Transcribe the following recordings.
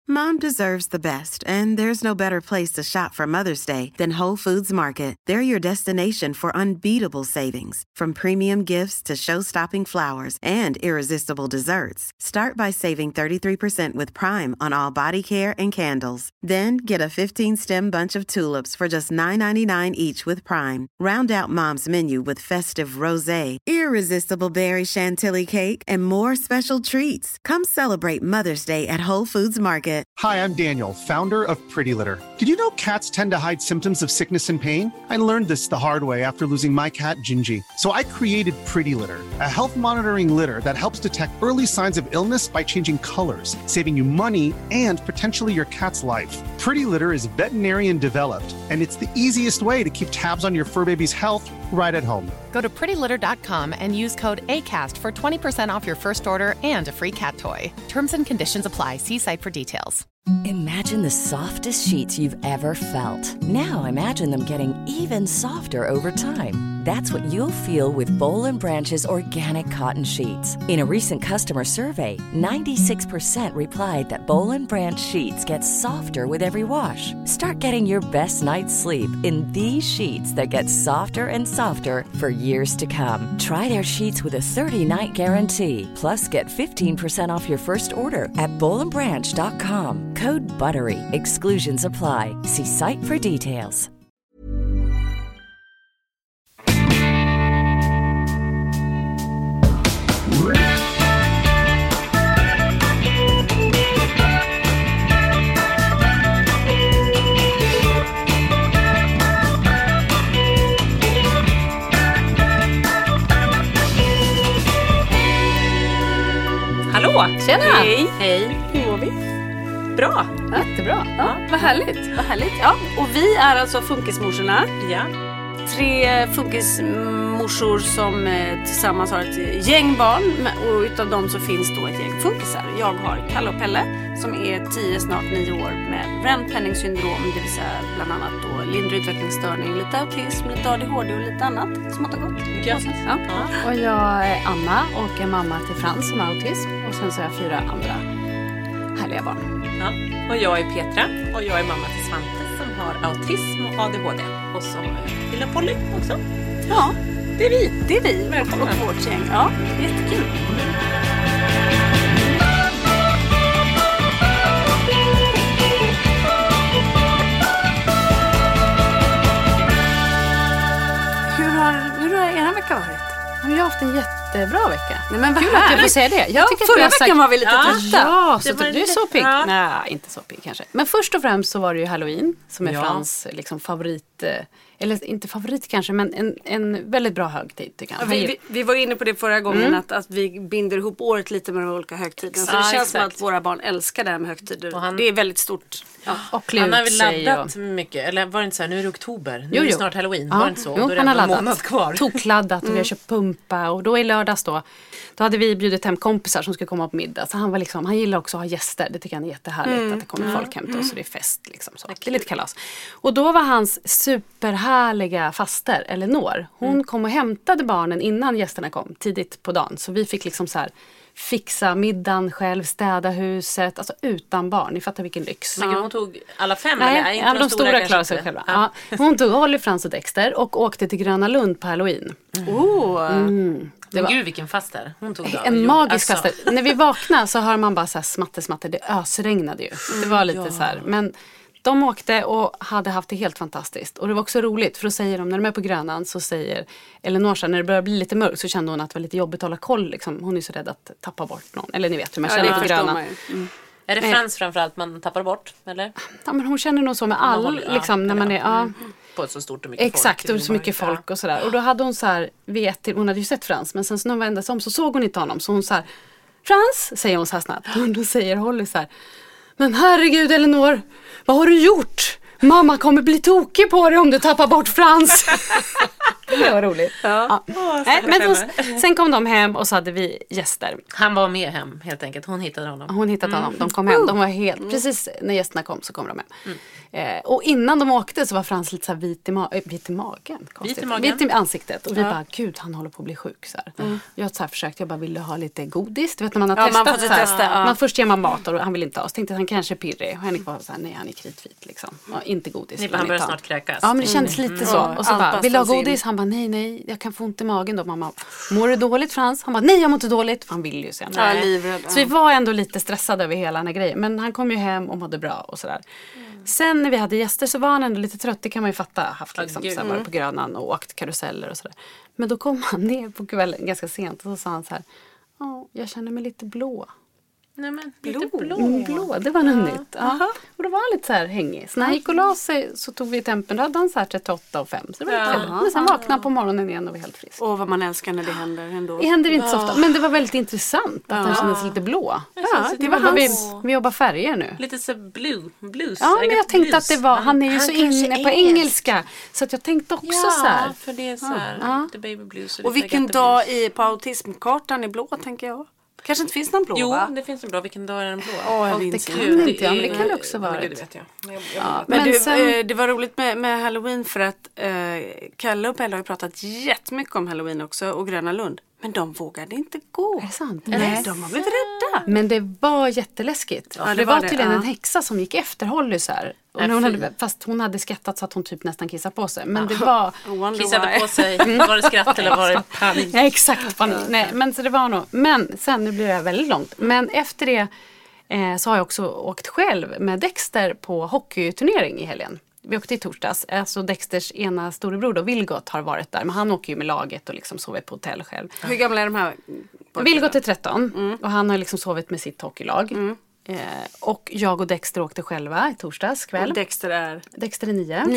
Mom deserves the best, and there's no better place to shop for Mother's Day than Whole Foods Market. They're your destination for unbeatable savings, from premium gifts to show-stopping flowers and irresistible desserts. Start by saving 33% with Prime on all body care and candles. Then get a 15-stem bunch of tulips for just $9.99 each with Prime. Round out Mom's menu with festive rosé, irresistible berry chantilly cake, and more special treats. Come celebrate Mother's Day at Whole Foods Market. Hi, I'm Daniel, founder of Pretty Litter. Did you know cats tend to hide symptoms of sickness and pain? I learned this the hard way after losing my cat, Gingy. So I created Pretty Litter, a health monitoring litter that helps detect early signs of illness by changing colors, saving you money and potentially your cat's life. Pretty Litter is veterinarian developed, and it's the easiest way to keep tabs on your fur baby's health right at home. Go to prettylitter.com and use code ACAST for 20% off your first order and a free cat toy. Terms and conditions apply. See site for details. Imagine the softest sheets you've ever felt. Now imagine them getting even softer over time. That's what you'll feel with Boll & Branch's organic cotton sheets. In a recent customer survey, 96% replied that Boll & Branch sheets get softer with every wash. Start getting your best night's sleep in these sheets that get softer and softer for years to come. Try their sheets with a 30-night guarantee. Plus, get 15% off your first order at bollandbranch.com. Code BUTTERY. Exclusions apply. See site for details. Hallå! Tjena! Hej! Hej! Hur mår vi? Bra! Jättebra! Ja, vad härligt! Vad härligt! Ja, och vi är alltså funkismorsorna. Ja. 3 funkismorsor som tillsammans har ett gäng barn. Och utav dem så finns då ett gäng funkisar. Jag har Kalle och Pelle som är 10, snart 9 år med Rent-Penning syndrom. Det vill säga bland annat då lindrig utvecklingsstörning, lite autism, lite ADHD och lite annat smått och gott. Ja. Och jag är Anna och är mamma till Frans som har autism. Och sen så har jag 4 andra härliga barn. Ja. Och jag är Petra och jag är mamma till Svante som har autism och ADHD. Och så har jag lilla Polly också. Ja, det är vi. Det är vi. Välkomna och vårt gäng. Ja, jättekul. Hur har er vecka varit? Jag har haft en jättebra vecka. Nej, men kul att jag får säga det. Jag tycker förra att veckan var vi lite trötta. Ja, så det var du är så pigg. Ja. Nej, inte så pigg kanske. Men först och främst så var det ju Halloween som är Frans liksom favorit. Eller inte favorit kanske, men en väldigt bra högtid tycker jag. Vi var inne på det förra gången att vi binder ihop året lite med de olika högtiderna. Så det känns som att våra barn älskar det här med högtider. Det är väldigt stort. Ja. Och han har väl laddat mycket. Eller var det inte så här, nu är det oktober. Nu är det snart Halloween. Ja. Var det inte så? Jo, då är han har det en månad kvar. Tokladdat och vi har köpt pumpa. Och då i lördags då hade vi bjudit hem kompisar som skulle komma på middag. Så han var liksom, han gillar också att ha gäster. Det tycker han är jättehärligt att det kommer folk hem till oss. Så det är fest liksom. Så. Det är lite kalas. Och då var hans superhärliga faster, Eleanor. Hon kom och hämtade barnen innan gästerna kom. Tidigt på dagen. Så vi fick liksom så här fixa middagen själv, städa huset, alltså utan barn. Ni fattar vilken lyx. Men hon tog alla 5 Nej, eller? Inte de stora klarade sig själva. Ja. Hon tog Holly, Frans och Dexter och åkte till Gröna Lund på Halloween. Det var, gud vilken faster. Hon tog en magisk faster. När vi vaknade så hör man bara så här smatte. Det ösregnade ju. Det var lite så här. Men de åkte och hade haft det helt fantastiskt. Och det var också roligt, för då säger de, när de är på Grönan så säger Eleanor, när det börjar bli lite mörkt så kände hon att det var lite jobbigt att hålla koll. Liksom. Hon är så rädd att tappa bort någon. Eller ni vet hur man känner på Grönan. Är det Frans framförallt man tappar bort? Eller? Ja, men hon känner nog så med all, liksom, när man är... På så stort och mycket exakt, folk. Och så mycket folk och sådär. Och då hade hon så här, hon hade ju sett Frans, men sen så när hon vände sig om så såg hon inte honom. Så hon så här, Frans, säger hon så här snabbt. Och då säger Holly så här, men herregud Eleanor, vad har du gjort? Mamma kommer bli tokig på dig om du tappar bort Frans. Det var roligt. Ja. Men sen kom de hem och så hade vi gäster. Han var med hem helt enkelt. Hon hittade honom. Hon hittade honom. De kom hem. De var helt, precis när gästerna kom så kom de hem. Och innan de åkte så var Frans lite så här vit i magen. Vit i ansiktet. Och vi bara, gud, han håller på att bli sjuk. Så här. Jag har så här försökt, jag bara ville ha lite godis. Du vet när man har testat. Man får testa. Man först ger man mat och han vill inte ha. Så tänkte att han kanske är pirrig. Och Henrik var så här, nej han är kritvit liksom. Ja, inte godis. Han börjar snart kräkas. Ja men det kändes lite så. Och så bara, vill du ha godis? Han bara, nej, jag kan få ont i magen då. Mamma, mår du dåligt Frans? Han bara, nej jag mår inte dåligt. För han vill ju sen. Så vi var ändå lite stressade över hela den här grejen. Men han kom ju hem och mådde bra och sådär. Sen när vi hade gäster så var han ändå lite trött. Det kan man ju fatta. Haft liksom så här, varit på Grönan och åkt karuseller och sådär. Men då kom han ner på kvällen ganska sent. Och så sa han så här, jag känner mig lite blå. Nej men, blå. Det var något nytt. Ja. Och då var han lite så här hängig. Så när han gick och la sig så tog vi tempen. Då hade han så här 38,5. Så det var lite men sen vaknade han på morgonen igen och var helt frisk. Och vad man älskar när det händer ändå. Det händer inte så ofta. Men det var väldigt intressant att han kändes lite blå. Det var vi jobbar färger nu. Lite så blues. Ja, men jag tänkte att det var, han är ju så inne på engelska. Så att jag tänkte också så här. Ja, för det är så här, lite baby blues. Och vilken dag på autismkartan är blå, tänker jag. Kanske inte finns någon blå, Jo, va? det finns en blå. Vilken dag är den blå? Det kan inte jag, men det kan också vara. Det vet jag. Men det var roligt med Halloween för att Kalle och Pelle har ju pratat jättemycket om Halloween också och Gröna Lund. Men de vågade inte gå. Är det sant? Nej, de har blivit rädda. Men det var jätteläskigt. Ja, det var tydligen en häxa som gick efter Holly så här. Och fast hon hade skrattat så att hon typ nästan kissade på sig. Men det var... Kissade på sig. Var det skratt eller var det panik? Ja, exakt, panik. Nej, men så det var nog. Men sen, nu blir det väldigt långt. Men efter det så har jag också åkt själv med Dexter på hockeyturnering i helgen. Vi åkte i torsdags. Alltså Dexters ena storebror då, Vilgot, har varit där. Men han åker ju med laget och liksom sover på hotell själv. Hur gamla är de här? Vilgot är 13 och han har liksom sovit med sitt hockeylag. Och jag och Dexter åkte själva i torsdags kväll. Och Dexter är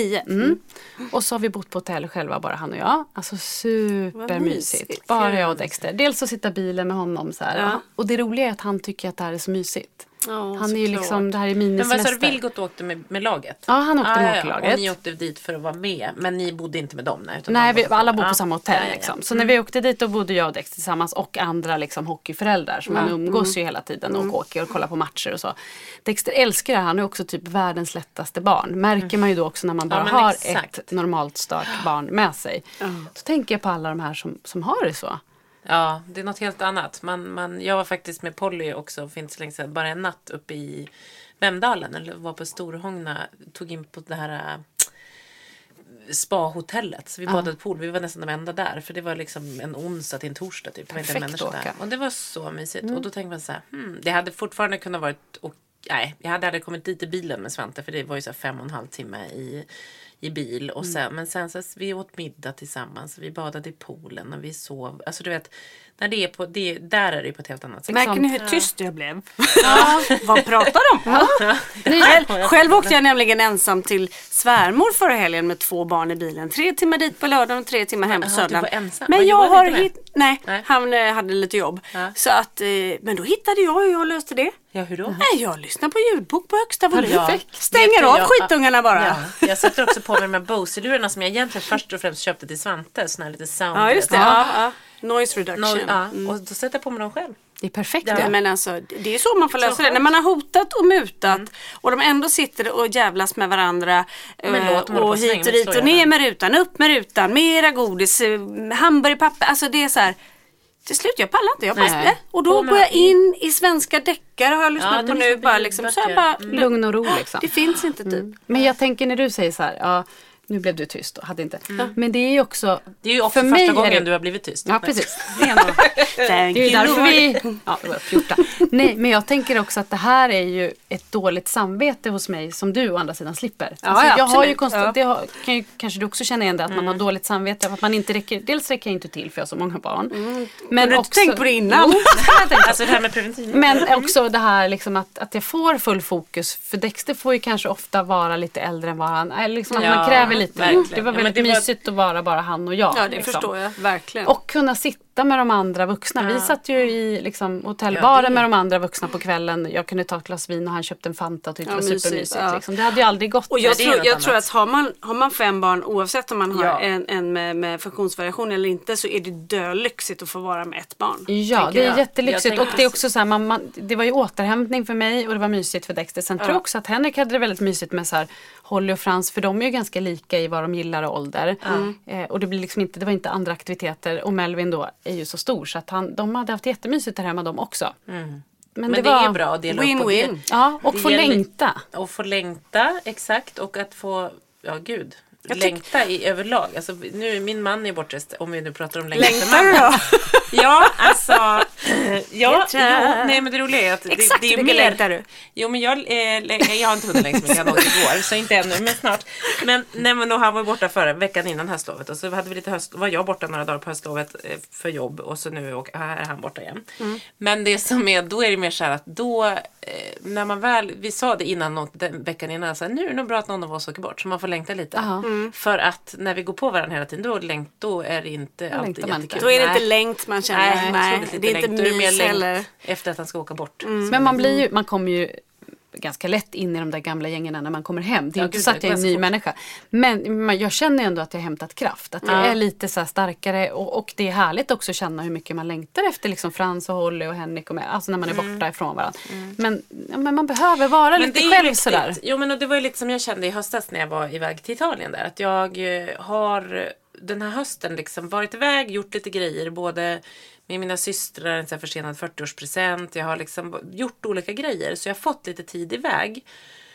9. Och så har vi bott på hotell själva, bara han och jag. Alltså supermysigt. Bara jag och Dexter. Dels att sitta i bilen med honom så här. Ja. Och det roliga är att han tycker att det här är så mysigt. Han är ju liksom, det här är minisemester. Men vad sa du, Vilgot åkte med laget? Ja, han åkte med hockeylaget. Och ni åkte dit för att vara med, men ni bodde inte med dem? Nej, alla bor på samma hotell liksom. Så när vi åkte dit då bodde jag och Dexter tillsammans och andra liksom hockeyföräldrar som man umgås ju hela tiden och åker och kollar på matcher och så. Dexter älskar det, han är också typ världens lättaste barn. Märker man ju då också när man bara har ett normalt stört barn med sig. Då tänker jag på alla de här som har det så. Ja, det är något helt annat. Jag var faktiskt med Polly också för inte så länge sedan. Bara en natt uppe i Vemdalen. Eller var på Storhångna. Tog in på det här spa-hotellet. Så vi badade pool. Vi var nästan de enda där. För det var liksom en onsdag till en torsdag typ. Perfekt inte en människa där. Och det var så mysigt. Och då tänkte man så här. Det hade fortfarande kunnat varit... Nej, jag hade kommit dit i bilen med Svante. För det var ju så här 5,5 timmar i bil och sen, men sen så vi åt middag tillsammans, vi badade i poolen och vi sov, alltså du vet när det är på det, där är det på ett helt annat sätt. Märker ni hur tyst jag blev? Vad pratar de? Själv åkte jag nämligen ensam till svärmor förra helgen med 2 barn i bilen. 3 timmar dit på lördagen och 3 timmar hem på söndagen. Men jag har nej, han hade lite jobb. Så att, men då hittade jag hur jag löste det. Ja, hur då? Nej, jag lyssnar på ljudbok på högsta volym. Stänger av skitungarna bara. Ja. Jag sätter också på mig de här Bose-lurarna som jag egentligen först och främst köpte till Svante. Såna här lite sound. Ja, just det. Noise reduction. Och då sätter jag på mig dem själl. Det är perfekt. Ja, men alltså, det är så man får lösa det. När man har hotat och mutat och de ändå sitter och jävlas med varandra och hit och dit och ner med rutan, upp med rutan, mera godis, hamburgerpapper. Alltså det är så här. Till slut, jag pallar inte, jag bara och då går jag in i svenska deckare har jag lyssnat på nu bara liksom, så jag bara lugn och ro liksom. Det finns inte typ. Men jag tänker när du säger så här, nu blev du tyst och hade inte. Men det är ju också... Det är ju också första gången du har blivit tyst. Ja, precis. Det är ju därför vi... Ja, det var 14. Nej, men jag tänker också att det här är ju ett dåligt samvete hos mig som du å andra sidan slipper. Alltså, jag har ju konstant... Det kan ju, kanske du också känna igen det, att man har dåligt samvete. Att man inte räcker... Dels räcker jag inte till för jag har så många barn. Men du också... tänkt på det innan. Alltså det här med preventiv. Men också det här liksom att jag får full fokus. För Dexter får ju kanske ofta vara lite äldre än vad han... Liksom att man kräver lite. Det var väldigt mysigt att vara bara han och jag. Ja, det förstår jag. Verkligen. Och kunna sitta sitta med de andra vuxna. Vi satt ju i liksom, hotellbaren med de andra vuxna på kvällen. Jag kunde ta ett glas vin och han köpte en Fanta och tyckte det var supermysigt. Liksom. Det hade ju aldrig gått. Och jag tror att har man 5 barn, oavsett om man har en med funktionsvariation eller inte, så är det dölyxigt att få vara med ett barn. Ja, det är jättelyxigt. Och det är också så här, det var ju återhämtning för mig och det var mysigt för Dexter. Sen tror jag också att Henrik hade det väldigt mysigt med så här, Holly och Frans, för de är ju ganska lika i vad de gillar och ålder. Och det blir liksom inte, det var inte andra aktiviteter. Och Melvin då är ju så stor så att de hade haft jättemysigt där hemma de också. Men det var är bra att dela upp. Win-win. Ja, och få längta. Och få längta, exakt. Och att få, längta i överlag. Alltså, nu min man är bortrest, om vi nu pratar om längta. Längtar du då? Ja, alltså. Nej, men det roliga är att exakt, det är mer. Längtar du? Jo, men jag har inte hunnit längst mycket. Jag har åkt igår, så inte ännu, men snart. Men då han var borta förra veckan innan höstlovet. Och så hade vi lite var jag borta några dagar på höstlovet för jobb. Och så nu är han borta igen. Men det som är, då är det mer så här att då, när man väl, vi sa det innan den veckan innan, så här, nu är det nog bra att någon av oss åker bort. Så man får längta lite. För att när vi går på varandra hela tiden, då är det inte alltid jättekul. Då är det inte längt man känner. Nej, det är inte mys eller... Efter att han ska åka bort. Men man kommer ju ganska lätt in i de där gamla gängen när man kommer hem. Det är inte så att jag är en ny människa. Men jag känner ändå att jag har hämtat kraft. Att jag är lite så här starkare. Och det är härligt också att känna hur mycket man längtar efter liksom Frans och Holly och Henrik och med. Alltså när man är borta ifrån varandra. Men man behöver vara lite själv sådär. Jo, men det var ju lite som jag kände i höstas när jag var iväg till Italien där. Att jag har den här hösten liksom varit iväg, gjort lite grejer. Både med mina systrar, en så här försenad 40-årspresent. Jag har liksom gjort olika grejer. Så jag har fått lite tid iväg.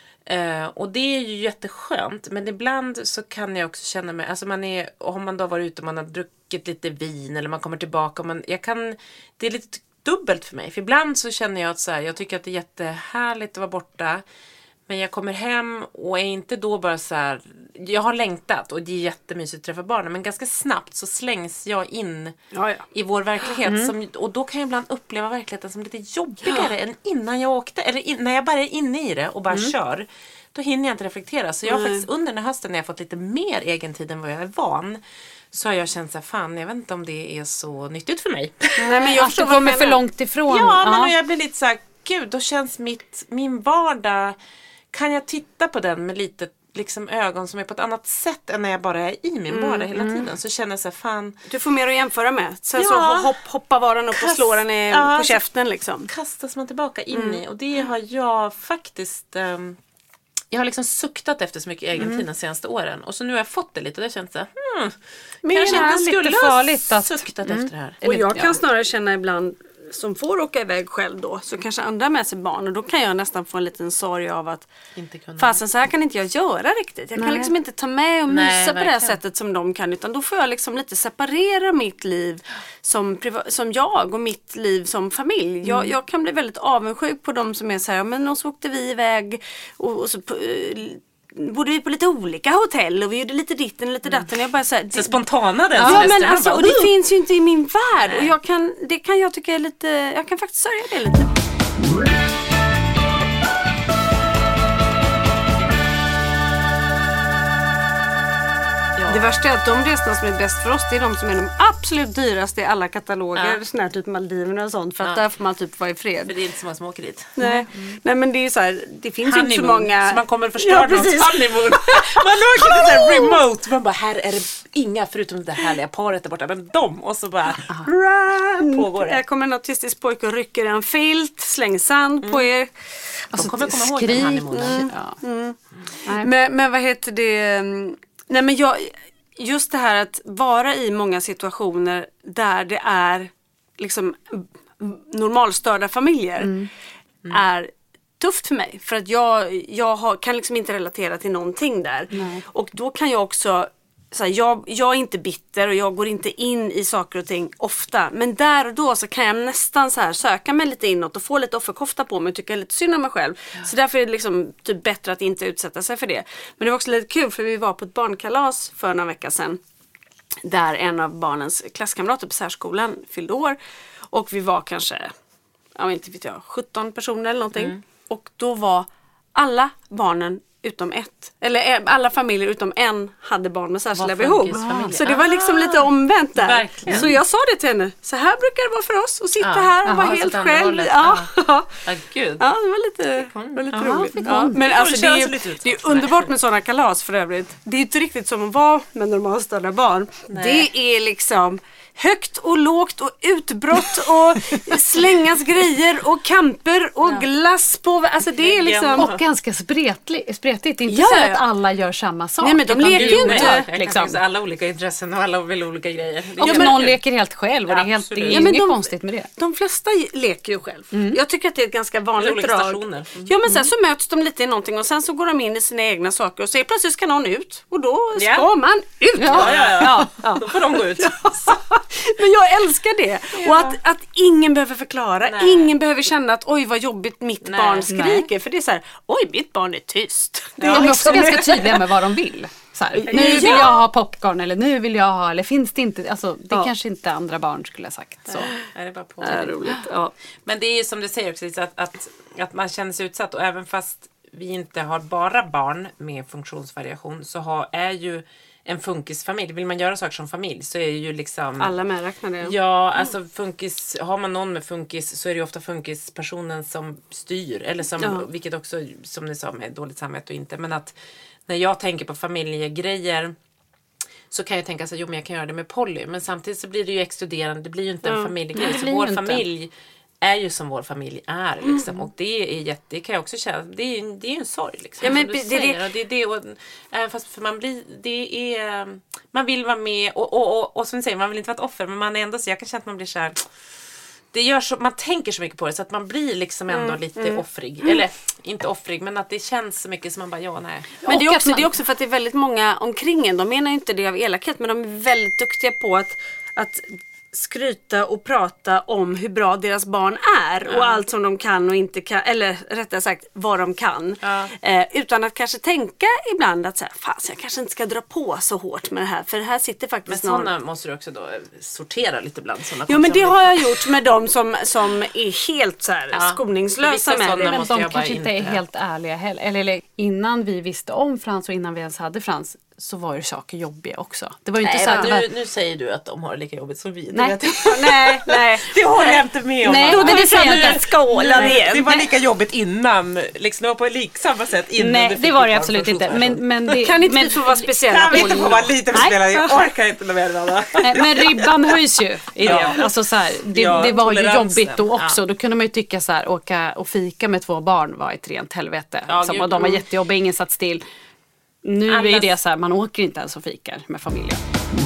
Och det är ju jätteskönt. Men ibland så kan jag också känna mig... Alltså om man då har varit ute och man har druckit lite vin. Eller man kommer tillbaka. Det är lite dubbelt för mig. För ibland så känner jag att så här, jag tycker att det är jättehärligt att vara borta. Men jag kommer hem och är inte då bara så här... Jag har längtat och det är jättemysigt att träffa barnen. Men ganska snabbt så slängs jag in i vår verklighet. Och då kan jag ibland uppleva verkligheten som lite jobbigare än innan jag åkte. Eller när jag bara är inne i det och bara kör. Då hinner jag inte reflektera. Så jag har faktiskt under den här hösten när jag har fått lite mer egen tid än vad jag är van. Så har jag känt så här, fan, jag vet inte om det är så nyttigt för mig. Nej, men jag kommer för långt ifrån. Ja, men jag blir lite så här, gud, då känns min vardag... Kan jag titta på den med lite liksom ögon som är på ett annat sätt än när jag bara är i min vardag hela tiden. Så känner jag så här, fan... Du får mer att jämföra med. Sen så hoppar varan upp och slår den på käften liksom. Kastas man tillbaka in i. Och det har jag faktiskt... jag har liksom suktat efter så mycket egen tid de senaste åren. Och så nu har jag fått det lite och det känns så här, kanske inte skulle farligt att suktat efter det här. Och jag kan snarare känna ibland, som får åka iväg själv då, så kanske andra med sig barn, och då kan jag nästan få en liten sorg av att fasen, så här kan inte jag göra riktigt. Jag kan liksom inte ta med och mysa på det här sättet som de kan, utan då får jag liksom lite separera mitt liv som jag och mitt liv som familj. Jag kan bli väldigt avundsjuk på dem som är så här, men så åkte vi iväg och så bodde vi på lite olika hotell och vi gjorde lite ditten och lite datten. Jag bara så här, så spontana den. Ja, men alltså, och det finns ju inte i min värld. Och jag kan tycka är lite, jag kan faktiskt sörja det lite. Det värsta är att de resorna som är bäst för oss, det är de som är de absolut dyraste i alla kataloger. Sån här typ Maldiverna och sånt. För att där får man typ vara i fred. För det är inte så många som åker dit. Nej, men det är ju så här, det finns ju inte så många... Så man kommer förstöra någons honeymoon. Man åker till så här remote. Man bara, här är det inga förutom det härliga paret där borta. Men de, och så bara pågår det. Här kommer en autistisk pojke och rycker en filt, slänger sand på er. Alltså, de kommer komma ihåg den honeymoonen. Men vad heter det... Nej, men just det här att vara i många situationer där det är liksom normalstörda familjer är tufft för mig. För att jag kan liksom inte relatera till någonting där. Nej. Och då kan jag också... Så här, jag är inte bitter och jag går inte in i saker och ting ofta. Men där och då så kan jag nästan så här söka mig lite inåt och få lite offerkofta på mig och tycka lite synd om mig själv. Ja. Så därför är det liksom typ bättre att inte utsätta sig för det. Men det var också lite kul för vi var på ett barnkalas för några veckor sedan. Där en av barnens klasskamrater på särskolan fyllde år. Och vi var kanske, 17 personer eller någonting. Och då var alla barnen utom ett. Eller alla familjer utom en hade barn med särskilda Var behov. funkisfamiljer. Så det var liksom lite omvänt där. Verkligen. Så jag sa det till henne. Så här brukar det vara för oss. Att sitta här och vara helt så själv. hållet. Ja. Gud. Ja, det var lite roligt. Ja. Men alltså, Det det känns lite är underbart med sådana kalas för övrigt. Det är inte riktigt som att vara med normalstörda barn. Nej. Det är liksom högt och lågt och utbrott och slängas grejer och kamper och glass på. Alltså det är liksom... Och ganska spretigt. Det är inte Ja, så ja. att alla gör samma sak. Nej, men de utan leker det är ju inte. oerhört, Liksom. Alla olika intressen och alla vill olika grejer. Och någon leker helt själv och det är, helt, det är Ja, men inget konstigt med det. De flesta leker ju själv. Jag tycker att det är ett ganska vanligt olika drag. stationer. Ja, men sen så möts de lite i någonting och sen så går de in i sina egna saker och så plötsligt ska någon ut och då ska man ut. Ja. Då får de gå ut. Men jag älskar det. Och att ingen behöver förklara. Nej. Ingen behöver känna att oj vad jobbigt mitt barn skriker. För det är så här, oj mitt barn är tyst. Det är De är också liksom- ganska tydliga med vad de vill. Så här, nu vill jag ha popcorn eller nu vill jag ha, eller finns det inte, alltså det kanske inte andra barn skulle ha sagt. Så. Nej, det är bara på. Det är roligt. Ja. Men det är ju som du säger också Lisa, att man känner sig utsatt och även fast vi inte har bara barn med funktionsvariation så är ju en funkisfamilj. Vill man göra saker som familj så är ju liksom... Alla medräknade. Ja, alltså har man någon med funkis så är det ju ofta funkispersonen som styr. Eller som, vilket också, som ni sa, med dåligt samvete och inte. Men att när jag tänker på familjegrejer så kan jag tänka så här, jo men jag kan göra det med Polly. Men samtidigt så blir det ju exkluderande, det blir ju inte en familjegrej. Så vår familj är ju som vår familj är liksom. Och det är det kan jag också känna, det är en sorg liksom. Ja, men som du säger. Och det är det och även fast för man blir, det är man vill vara med och som du säger, man vill inte vara ett offer, men man är ändå så, jag kan känna att man blir så här, det gör så, man tänker så mycket på det så att man blir liksom ändå lite offrig. Eller inte offrig, men att det känns så mycket som man bara, nej. Men det är också för att det är väldigt många omkring en. De menar inte det av elakhet, men de är väldigt duktiga på att skryta och prata om hur bra deras barn är och allt som de kan och inte kan, eller rättare sagt vad de kan, utan att kanske tänka ibland att så här, fan, jag kanske inte ska dra på så hårt med det här, för det här sitter faktiskt men sådana måste du också då sortera lite ibland. Jo, men det har jag gjort med dem som är helt så här skoningslösa med det. Men de kanske inte är helt ärliga heller. Eller innan vi visste om Frans och innan vi ens hade Frans så var ju saker jobbiga också. Det var ju inte så att nu säger du att de har det lika jobbigt som vi. Nej. nej. Det håller jag inte med om. Nej, Då men det säger att skåla igen. Det var lika jobbigt innan. Liksom, det var på samma sätt innan. Nej, det var det absolut inte. Men det, kan inte vi få vara speciella? Kan vi inte få vara lite speciella? Jag orkar inte med det. Men ribban höjs ju i det. Alltså så här, det var ju jobbigt då också. Då kunde man ju tycka så här, åka och fika med 2 barn var ett rent helvete. Och de var jättejobbiga, ingen satt still. Nu är det så här, man åker inte ens och fikar med familjen.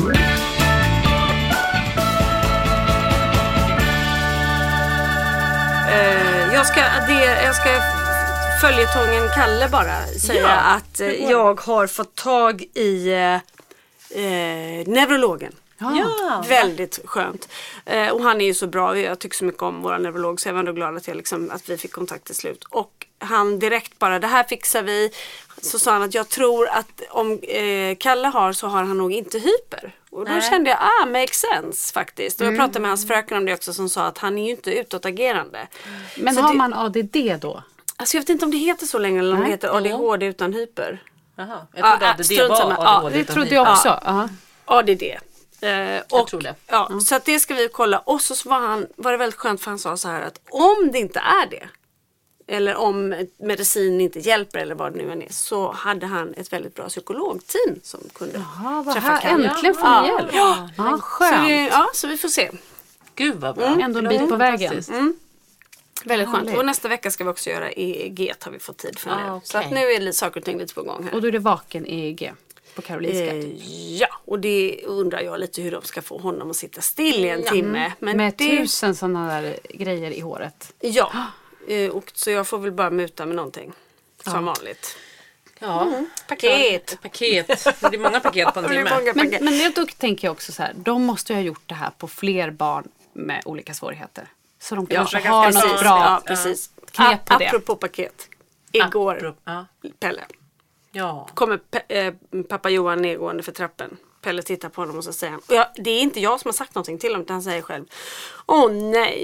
Jag ska följetongen Kalle bara säga att jag har fått tag i neurologen. Ja. Väldigt skönt. Och han är ju så bra. Jag tycker så mycket om våra neurolog, så jag var ändå glad att vi fick kontakt till slut. Och han direkt bara, det här fixar vi. Så sa han att jag tror att om Kalle har så har han nog inte hyper. Och då kände jag, makes sense faktiskt. Och jag pratade med hans fröken om det också, som sa att han är ju inte utåtagerande. Men så har man ADD då? Alltså jag vet inte om det heter så länge eller om det heter ADHD utan hyper. Jaha, jag trodde att det var ADHD. Det trodde jag också. ADD. Jag tror det. Ja, så att det ska vi kolla. Och så var det väldigt skönt, för han sa så här att om det inte är det, eller om medicin inte hjälper eller vad det nu än är, så hade han ett väldigt bra psykologteam som kunde träffa Kalle. Äntligen får ni hjälp. Ja, skönt. Så vi får se. Gud vad bra. Ändå en bit på vägen. Väldigt skönt. Och nästa vecka ska vi också göra EEG, har vi fått tid för nu. Okay. Så att nu är saker och ting lite på gång här. Och då är det vaken EEG på Karolinska. Ja, och det undrar jag lite hur de ska få honom att sitta still i en timme. Men med 1000 sådana där grejer i håret. Ja, och så jag får väl bara muta med någonting. Som vanligt. Ja, paket. Det är många paket på en timme. Men då tänker jag också så här, de måste ju ha gjort det här på fler barn med olika svårigheter. Så de kanske har något bra knep på det. Apropå paket. Igår, Pelle. Ja. Kommer pappa Johan nedgående för trappen. Pelle tittar på honom och så säger han, det är inte jag som har sagt någonting till honom, utan han säger själv, åh nej,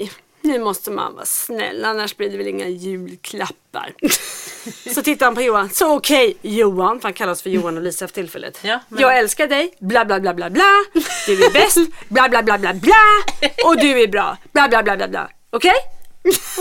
nu måste man vara snäll, annars blir det väl inga julklappar. Så tittar han på Johan. Så okej, Johan, för han kallas för Johan och Lisa för tillfället. Ja, men... Jag älskar dig, bla bla bla bla bla. Du är bäst, bla bla bla bla bla. Och du är bra, bla bla bla bla bla. Okej? Och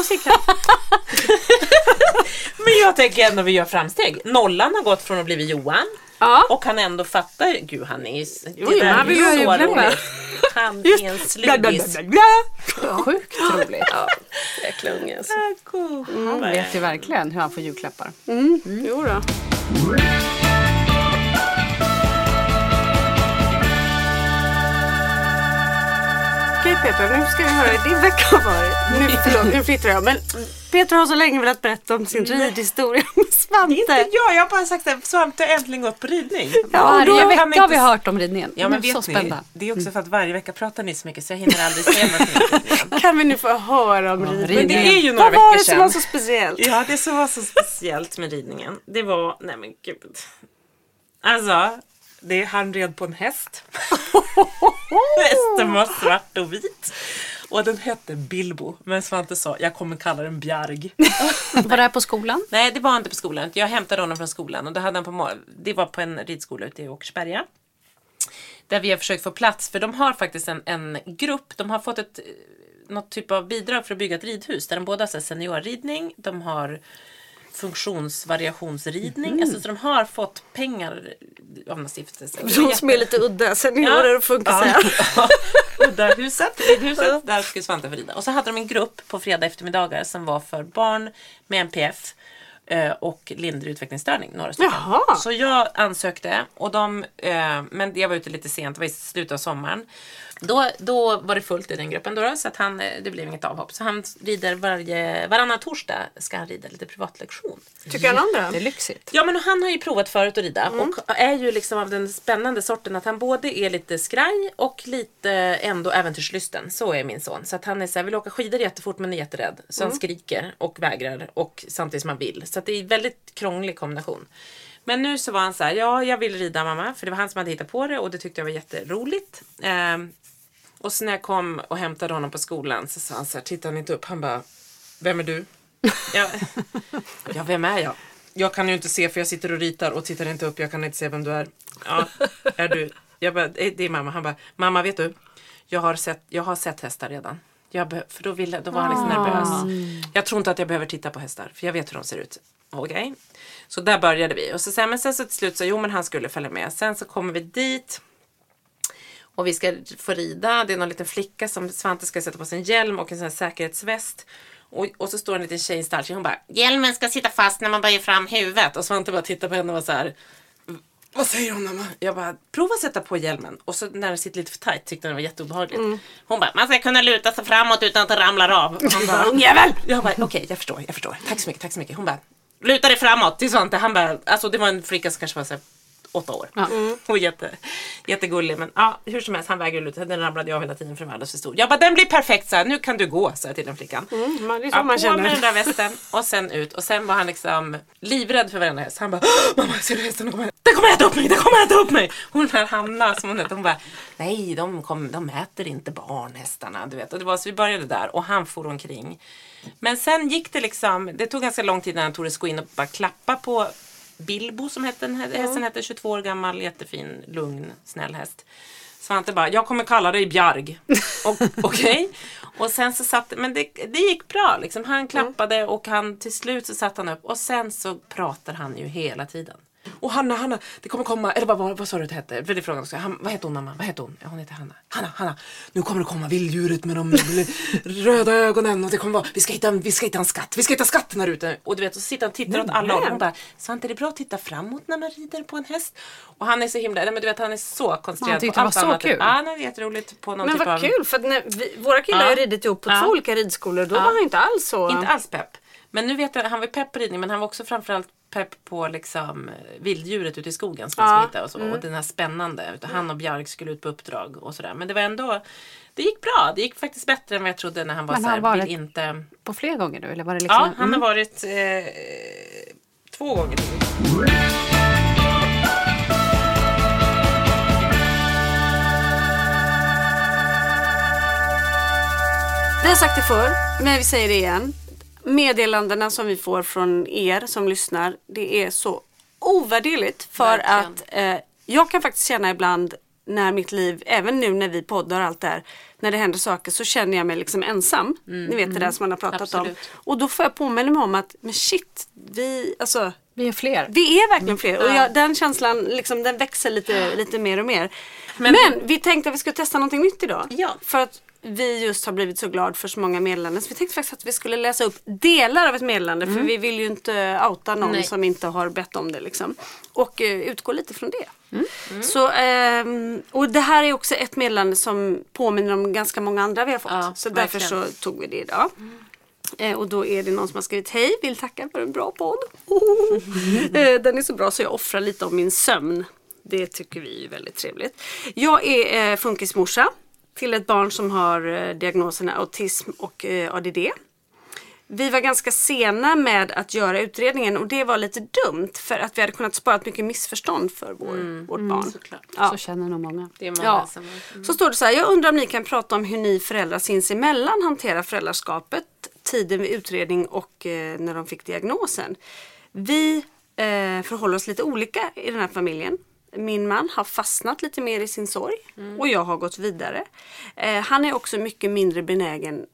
men jag tänker ändå vi gör framsteg. Nollan har gått från att bli Johan. Ja. Och han ändå fattar, gud han är han vill ju så roligt. Han är en sluggis. Sjukt roligt. Ja, jäkla unge alltså. Han vet ju verkligen hur han får julklappar. Jo då. Okej Peter, nu ska vi höra din vecka har varit. Nu flyttar jag. Men Peter har så länge velat berätta om sin ridhistoria med Svante. Inte jag har bara sagt att Svante äntligen gått på ridning. Varje vecka har vi hört om ridningen. Ja, men vet ni, det är också för att varje vecka pratar ni så mycket så jag hinner aldrig säga något. Kan vi nu få höra om ridningen? Men det är ju några veckor sedan. Vad var det sedan. som var så speciellt? Ja, det som var så speciellt med ridningen, det var, nej men gud. Alltså, han red på en häst. Hästen var svart och vit. Och den hette Bilbo. Men Svante sa, jag kommer kalla den Bjarg. Var det här på skolan? Nej, det var inte på skolan. Jag hämtade honom från skolan. Och då hade han det var på en ridskola ute i Åkersberga. Där vi har försökt få plats. För de har faktiskt en grupp. De har fått något typ av bidrag för att bygga ett ridhus. Där de båda har seniorridning. De har funktionsvariationsridning. Alltså, så de har fått pengar av någon stiftelse. De som är lite udda seniorer och funkar ja. Udda ridhuset, där skulle Svante få rida. Och så hade de en grupp på fredag eftermiddagar som var för barn med NPF och lindrig utvecklingsstörning, några stycken. Jaha. Så jag ansökte och men jag var ute lite sent, det var i slutet av sommaren. Då var det fullt i den gruppen då, så att det blev inget avhopp. Så han rider varannan torsdag ska han rida lite privatlektion. Tycker han om det? Det är lyxigt. Ja, men han har ju provat förut att rida och är ju liksom av den spännande sorten att han både är lite skraj och lite ändå äventyrslysten. Så är min son. Så att han är så här, vill åka skidor jättefort men är jätterädd. Så han skriker och vägrar och samtidigt som han vill. Så att det är en väldigt krånglig kombination. Men nu så var han så här, ja jag vill rida mamma. För det var han som hade hittat på det och det tyckte jag var jätteroligt. Och så när jag kom och hämtade honom på skolan så sa han så här, tittade han inte upp. Han bara, vem är du? Ja, vem är jag? Jag kan ju inte se för jag sitter och ritar och tittar inte upp. Jag kan inte se vem du är. Ja, är du? Jag bara, det är mamma. Han bara, mamma vet du? Jag har sett hästar redan. För då var han liksom nervös. Jag tror inte att jag behöver titta på hästar. För jag vet hur de ser ut. Okej. Så där började vi. Och så, men sen så till slut så, men han skulle följa med. Sen så kommer vi dit. Och vi ska få rida. Det är någon liten flicka som Svante ska sätta på sin hjälm och en sån här säkerhetsväst. Och så står en liten tjej i stall. Hon bara, hjälmen ska sitta fast när man böjer fram huvudet. Och Svante bara tittar på henne och var så här, vad säger hon mamma? Jag bara, prova att sätta på hjälmen. Och så när det sitter lite för tajt tyckte hon det var jätteobehagligt. Hon bara, man ska kunna luta sig framåt utan att det ramlar av. Och han bara, ungjävel! Jag bara, okej, jag förstår. Tack så mycket. Hon bara, luta dig framåt till Svante. Han bara, alltså det var en flicka som kanske var så här 8 år. Ja. Och jättegullig. Men ja, hur som helst, han vägrade luta. Den ramlade jag hela tiden för den var alldeles för stor. Jag bara, den blir perfekt så här. Nu kan du gå, så här, till den flickan. Det är så man känner. Med den där västen och sen ut. Och sen var han liksom livrädd för varenda häst. Han bara, mamma, ser du hästen? Den kommer äta upp mig. Hon där Hanna som hon hette. Hon bara, nej, de äter inte barnhästarna, du vet. Och det var så vi började där. Och han for omkring. Men sen gick det liksom, det tog ganska lång tid när han tog det gå in och bara klappa på Bilbo som hästen hette, 22 år gammal, jättefin, lugn, snäll häst. Svante bara, jag kommer kalla dig Bjarg. Okej. Och sen så men det gick bra liksom. Han klappade och till slut så satt han upp. Och sen så pratar han ju hela tiden. Och Hanna, det kommer komma, eller vad sa du det hette? För det frågan också. Vad heter hon mamma? Vad heter hon? Ja, hon heter Hanna. Nu kommer det komma vilddjuret med de röda ögonen och det kommer vara, vi ska hitta en skatt. Vi ska hitta skatten här ute. Och du vet, så sitter han och tittar åt alla och hon bara, Svante, är det bra att titta framåt när man rider på en häst? Och han är så himla, men du vet, han är så koncentrerad på allt annat. Kul. Ja, det är jätteroligt på någon men typ av... Men vad kul, för när våra killar har ridit ihop på 2 olika ridskolor, då var han inte alls så... Inte alls pepp. Men nu vet jag, han var pepp på ridning, men han var också framförallt pepp på liksom vilddjuret ute i skogen som man ska hitta och så. Och den här spännande. Utan han och Bjarg skulle ut på uppdrag och sådär. Men det var ändå, det gick bra. Det gick faktiskt bättre än vad jag trodde när han var så här, vill inte... på fler gånger nu? Eller var det liksom... Ja, han har varit 2 gånger. Det har sagt det förr, men vi säger det igen. Meddelandena som vi får från er som lyssnar, det är så ovärderligt. För Verkligen. att jag kan faktiskt känna ibland när mitt liv, även nu när vi poddar och allt det här, när det händer saker så känner jag mig liksom ensam. Ni vet det där som man har pratat Absolut. om. Och då får jag påminna mig om att, men shit, vi Vi är fler. Vi är verkligen fler. Och den känslan, liksom, den växer lite mer och mer. Men vi tänkte att vi skulle testa någonting nytt idag. Ja. För att vi just har blivit så glad för så många meddelanden. Så vi tänkte faktiskt att vi skulle läsa upp delar av ett meddelande. För vi vill ju inte outa någon som inte har bett om det. Liksom. Och utgå lite från det. Så, och det här är också ett meddelande som påminner om ganska många andra vi har fått. Ja, så därför så tog vi det idag. Och då är det någon som har skrivit: hej, vill tacka för en bra podd. Den är så bra så jag offrar lite av min sömn. Det tycker vi är väldigt trevligt. Jag är funkismorsa till ett barn som har diagnoserna autism och ADD. Vi var ganska sena med att göra utredningen och det var lite dumt för att vi hade kunnat spara mycket missförstånd för vårt barn. Såklart. Så känner nog många. Det är många som... Så står det så här: jag undrar om ni kan prata om hur ni föräldrar sinsemellan hanterar föräldraskapet, tiden vid utredning och när de fick diagnosen. Vi förhåller oss lite olika i den här familjen. Min man har fastnat lite mer i sin sorg och jag har gått vidare. Han är också mycket mindre benägen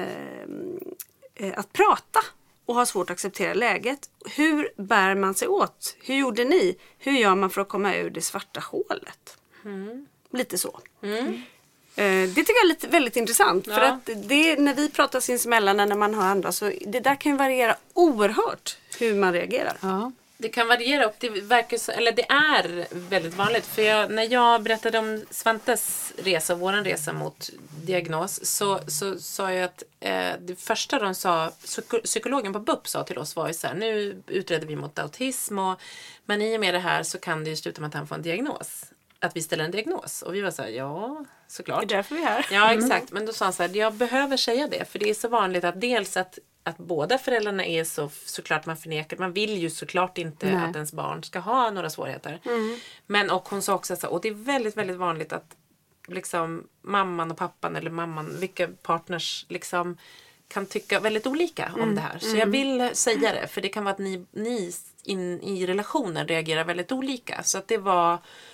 att prata och har svårt att acceptera läget. Hur bär man sig åt? Hur gjorde ni? Hur gör man för att komma ur det svarta hålet? Lite så. Det tycker jag är väldigt intressant. För att det, när vi pratar sinsemellan, när man hör andra, så det där kan ju variera oerhört hur man reagerar. Ja. Det kan variera och det verkar eller det är väldigt vanligt. För när jag berättade om Svantes resa, våran resa mot diagnos, så sa jag att det första de sa, psykologen på BUP sa till oss var ju så här: nu utreder vi mot autism men i och med det här så kan det ju sluta med att han får en diagnos. Att vi ställer en diagnos. Och vi var så här: ja, såklart. Det är därför vi är här. Ja, exakt. Men då sa han så här: jag behöver säga det. För det är så vanligt att dels att båda föräldrarna är såklart man förnekar. Man vill ju såklart inte att ens barn ska ha några svårigheter. Men och hon sa också så, och det är väldigt, väldigt vanligt att liksom mamman och pappan eller mamman, vilka partners liksom kan tycka väldigt olika om det här. Så jag vill säga det. För det kan vara att ni i relationen reagerar väldigt olika. Så att det var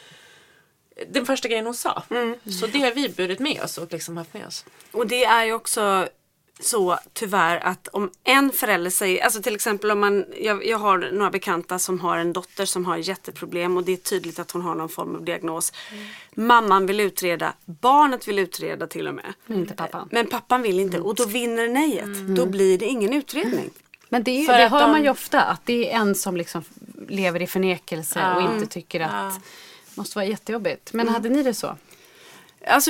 den första grejen hon sa. Så det har vi burit med oss och liksom haft med oss. Och det är ju också så tyvärr att om en förälder säger, alltså till exempel om jag har några bekanta som har en dotter som har jätteproblem och det är tydligt att hon har någon form av diagnos. Mamman vill utreda, barnet vill utreda till och med. Inte pappan. Men pappan vill inte och då vinner nejet. Då blir det ingen utredning. Men det hör man ju ofta, att det är en som liksom lever i förnekelse och inte tycker att det måste vara jättejobbigt. Men hade ni det så? Alltså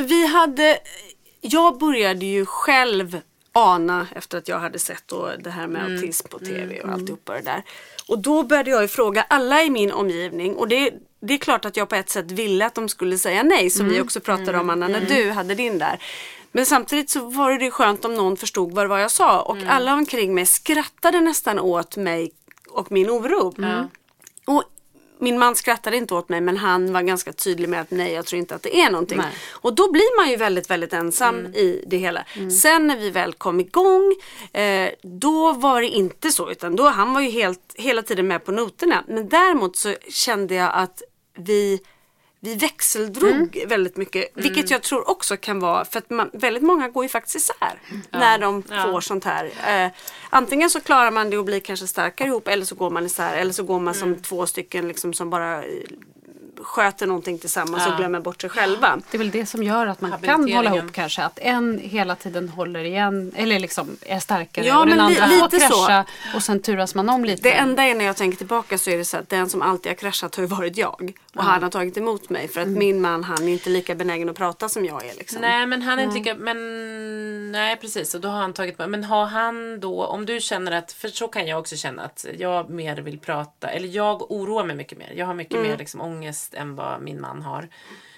jag började ju själv ana efter att jag hade sett då det här med autism på tv och alltihopa det där. Och då började jag ju fråga alla i min omgivning och det är klart att jag på ett sätt ville att de skulle säga nej, som vi också pratade om, Anna, när du hade din där. Men samtidigt så var det skönt om någon förstod vad jag sa och alla omkring mig skrattade nästan åt mig och min oro. Och min man skrattade inte åt mig, men han var ganska tydlig med att nej, jag tror inte att det är någonting. Nej. Och då blir man ju väldigt, väldigt ensam i det hela. Sen när vi väl kom igång, då var det inte så, utan då han var ju hela tiden med på noterna. Men däremot så kände jag att vi växeldrog väldigt mycket, vilket jag tror också kan vara, för att väldigt många går ju faktiskt isär när de får sånt här. Antingen så klarar man det och blir kanske starkare ihop, eller så går man isär, eller så går man som två stycken liksom, som bara sköter någonting tillsammans och glömmer bort sig själva. Det är väl det som gör att man kan hålla ihop kanske, att en hela tiden håller igen eller liksom är starkare och den andra får krascha och sen turas man om lite. Det enda är när jag tänker tillbaka så är det så att den som alltid har kraschat har ju varit jag och han har tagit emot mig för att min man, han är inte lika benägen att prata som jag är liksom. Nej, men han är inte lika, nej precis, och då har han tagit, men har han då, om du känner att, för så kan jag också känna att jag mer vill prata, eller jag oroar mig mycket mer, jag har mycket mer liksom ångest än vad min man har.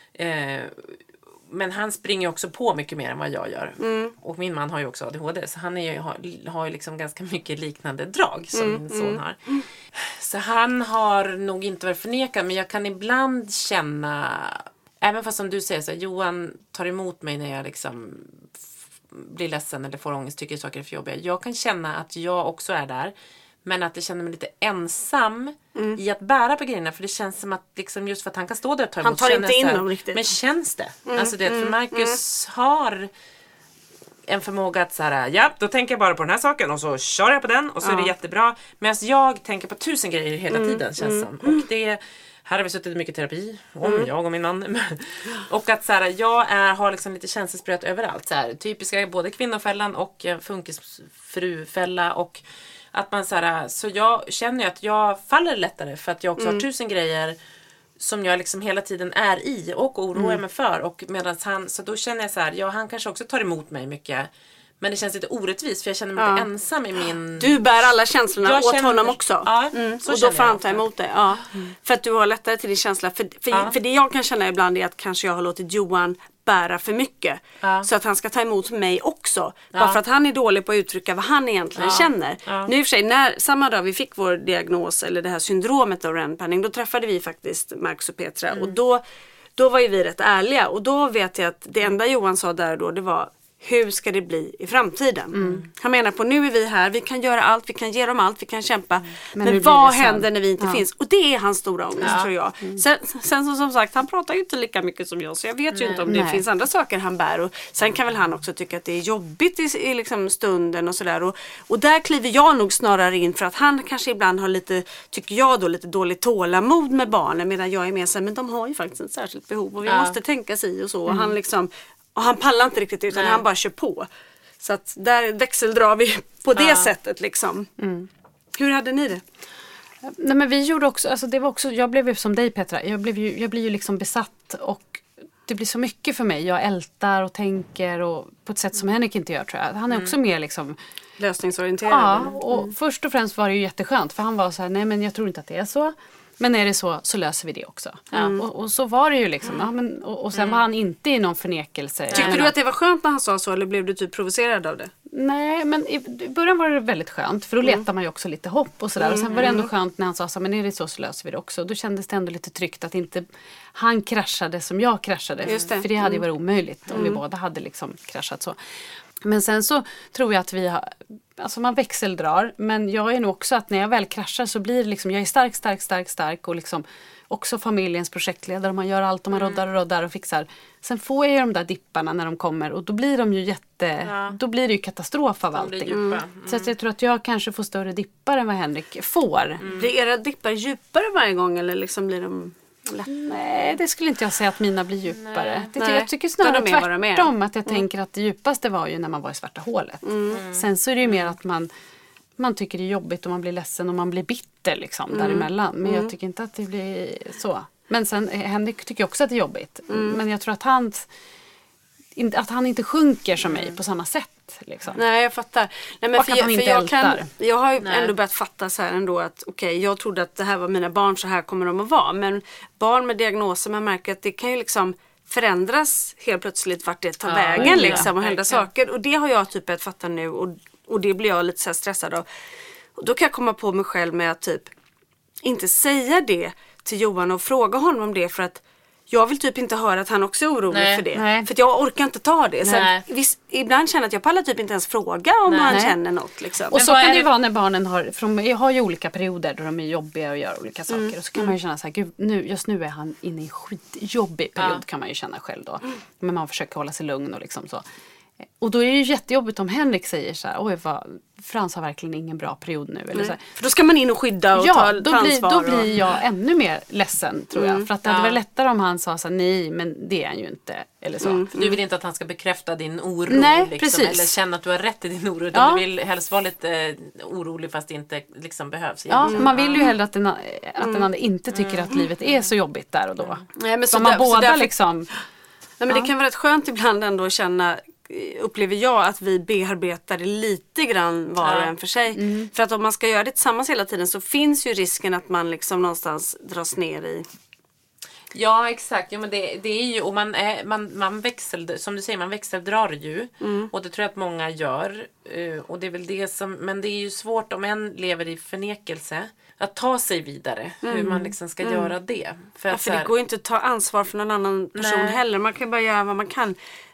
Men han springer också på mycket mer än vad jag gör. Och min man har ju också ADHD. Så han har ju liksom ganska mycket liknande drag som min son har. Så han har nog inte varit förnekad. Men jag kan ibland känna, även fast som du säger så här, Johan tar emot mig när jag liksom blir ledsen eller får ångest, tycker saker är för jobbiga. Jag kan känna att jag också är där. Men att jag känner mig lite ensam i att bära på grejerna. För det känns som att liksom, just för att han kan stå där och ta emot. Han tar inte in dem riktigt. Men känns det? Alltså det för Marcus har en förmåga att så här, ja, då tänker jag bara på den här saken och så kör jag på den och så är det jättebra. Medan jag tänker på 1000 grejer hela tiden, känns som. Och det, här har vi suttit i mycket terapi, jag och min man. Och att så här, jag har liksom lite känselspröt överallt. Så här, typiska både kvinnofällan och funkisfrufälla och att man så här, så jag känner ju att jag faller lättare för att jag också har 1000 grejer som jag liksom hela tiden är i och oroar mig för. Och medans han, så då känner jag så här, ja, han kanske också tar emot mig mycket. Men det känns lite orättvist för jag känner mig lite ensam i min... Du bär alla känslorna åt honom också. Ja, och då får han ta emot det. Ja. För att du har lättare till din känsla. För det jag kan känna ibland är att kanske jag har låtit Johan bära för mycket. Så att han ska ta emot mig också. Bara för att han är dålig på att uttrycka vad han egentligen känner. Nu i och för sig, samma dag vi fick vår diagnos eller det här syndromet av REM-panning, då träffade vi faktiskt Marcus och Petra. Och då var ju vi rätt ärliga. Och då vet jag att det enda Johan sa där och då, det var: hur ska det bli i framtiden? Han menar på, nu är vi här, vi kan göra allt, vi kan ge dem allt, vi kan kämpa. Men vad händer när vi inte finns? Och det är hans stora ångest, tror jag. Sen som sagt, han pratar ju inte lika mycket som jag, så jag vet ju inte om det finns andra saker han bär. Och sen kan väl han också tycka att det är jobbigt i liksom stunden och sådär. Och där kliver jag nog snarare in, för att han kanske ibland har lite, tycker jag då, lite dåligt tålamod med barnen, medan jag är mer så här, men de har ju faktiskt ett särskilt behov och vi måste tänka sig och så. Och han liksom... Och han pallar inte riktigt utan han bara kör på. Så att där växeldrar vi på det sättet liksom. Hur hade ni det? Nej, men vi gjorde också, alltså det var också, jag blev ju som dig Petra. Jag blir ju liksom besatt och det blir så mycket för mig. Jag ältar och tänker och på ett sätt som Henrik inte gör, tror jag. Han är också mer liksom... lösningsorienterad. Ja, och först och främst var det ju jätteskönt. För han var så här, nej men jag tror inte att det är så. Men är det så löser vi det också. Och så var det ju liksom. Ja, men, och sen var han inte i någon förnekelse. Tyckte du att det var skönt när han sa så, eller blev du typ provocerad av det? Nej, men i början var det väldigt skönt. För då letar man ju också lite hopp och sådär. Och sen var det ändå skönt när han sa så, men är det så löser vi det också. Då kändes det ändå lite tryggt att inte han kraschade som jag kraschade. Just det. För det hade ju varit omöjligt om vi båda hade liksom kraschat så. Men sen så tror jag att vi har, alltså man växeldrar, men jag är nog också att när jag väl kraschar så blir det liksom, jag är stark och liksom också familjens projektledare, man gör allt och man roddar och fixar. Sen får jag ju de där dipparna när de kommer och då blir de ju då blir det ju katastrof av allting. Så att jag tror att jag kanske får större dippar än vad Henrik får. Blir era dippar djupare varje gång eller liksom blir de... Nej, det skulle inte jag säga att mina blir djupare. Jag tycker snarare tvärtom, att jag tänker att det djupaste var ju när man var i svarta hålet. Sen så är det ju mer att man tycker det är jobbigt och man blir ledsen och man blir bitter liksom däremellan. Men jag tycker inte att det blir så. Men sen Henrik tycker också att det är jobbigt. Men jag tror att han inte sjunker som mig på samma sätt. Liksom. Nej, jag fattar. Nej, men och att han inte ältar. Jag har ju ändå börjat fatta så här ändå att jag trodde att det här var mina barn, så här kommer de att vara. Men barn med diagnoser, man märker att det kan ju liksom förändras helt plötsligt vart det tar vägen liksom, och hända saker. Och det har jag typ börjat fatta nu och det blir jag lite så här stressad av. Och då kan jag komma på mig själv med att typ inte säga det till Johan och fråga honom om det, för att jag vill typ inte höra att han också är orolig för det. Nej. För att jag orkar inte ta det. Sen, ibland känner jag att jag pallar typ inte ens fråga om han känner något. Liksom. Och så kan det ju vara när barnen har ju olika perioder då de är jobbiga och gör olika saker. Och så kan man ju känna så här, gud, just nu är han inne i en skitjobbig period, kan man ju känna själv då. Men man försöker hålla sig lugn och liksom så. Och då är det ju jättejobbigt om Henrik säger så här, oj Frans har verkligen ingen bra period nu. Eller så här. För då ska man in och skydda och ta ansvar. Då blir jag ännu mer ledsen, tror jag. För att det hade varit lättare om han sa så här, nej men det är han ju inte. Eller så. För du vill inte att han ska bekräfta din oro. Nej, liksom, precis. Eller känna att du har rätt i din oro. Utan du vill helst vara lite orolig fast det inte liksom behövs. Ja, man vill ju hellre att den andra inte tycker att livet är så jobbigt där och då. Nej, men så man båda därför, liksom... Nej, men det kan vara rätt skönt ibland ändå att känna, upplever jag, att vi bearbetar det lite grann var och en för sig. För att om man ska göra det tillsammans hela tiden så finns ju risken att man liksom någonstans dras ner i... Ja, exakt. Ja, men det är ju, och man som du säger, man växeldrar ju. Och det tror jag att många gör. Och det är väl det som, men det är ju svårt om en lever i förnekelse att ta sig vidare. Hur man liksom ska göra det. För det går ju inte att ta ansvar för någon annan person heller. Man kan bara göra vad man kan.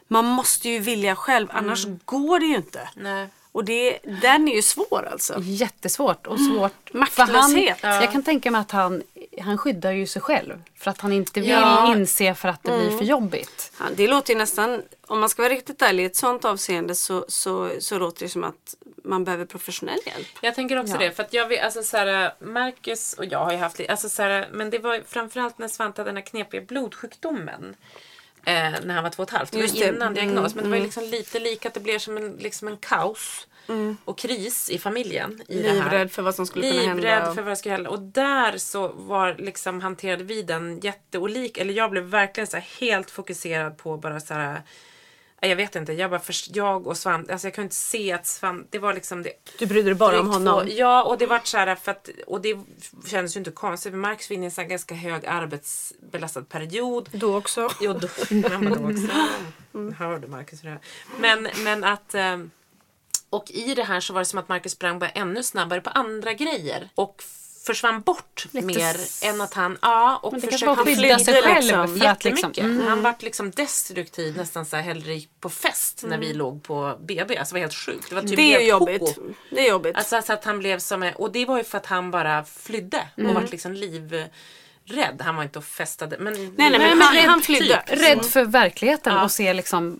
man måste ju vilja själv, annars går det ju inte. Nej. Och den är ju svår alltså. Jättesvårt och svårt. Maktlöshet. Jag kan tänka mig att han skyddar ju sig själv. För att han inte vill inse för att det blir för jobbigt. Ja, det låter ju nästan, om man ska vara riktigt ärlig, i ett sånt avseende så låter det som att man behöver professionell hjälp. Jag tänker också det. För att jag vet, alltså såhär, Marcus och jag har ju haft alltså såhär, men det var framförallt när Svante hade den här knepiga blodsjukdomen. När han var 2,5. Det var innan diagnos. Men det var ju liksom lite lika att det blev som en kaos. Och kris i familjen. Livrädd för vad som skulle kunna hända. Livrädd för vad som skulle hända. Och där så var liksom, hanterade vi den jätteolik. Eller jag blev verkligen så här helt fokuserad på bara så här. Jag vet inte, jag och Svante, alltså jag kunde inte se att Svante, det var liksom det. Du brydde dig bara om honom? Ja, och det var så här för att, och det kändes ju inte konstigt, för Marcus var inne i en så här ganska hög arbetsbelastad period. Då också? Jo, då också. Hörde Marcus det här. Men att, och i det här så var det som att Marcus sprang bara ännu snabbare på andra grejer. Och försvann bort mer än att han och försökte skydda sig själv liksom, för att liksom, han var liksom destruktiv, nästan så här hellre på fest när vi låg på BB. Alltså det var helt sjukt. Det var typ det är jobbigt. Det är jobbigt. Alltså att han blev som, och det var ju för att han bara flydde och var liksom livrädd. Han var inte och festade, men men han flydde. Typ. Rädd för verkligheten och se liksom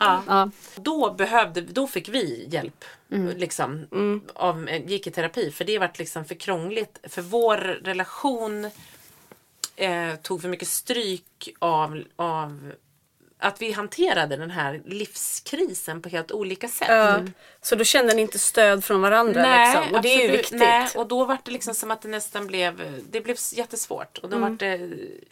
Då fick vi hjälp liksom gick i terapi, för det var liksom för krångligt, för vår relation tog för mycket stryk av att vi hanterade den här livskrisen på helt olika sätt. Så då kände ni inte stöd från varandra? Nej, liksom. Och det är ju viktigt. Nej, och då var det liksom som att det nästan blev jättesvårt. Och då var det,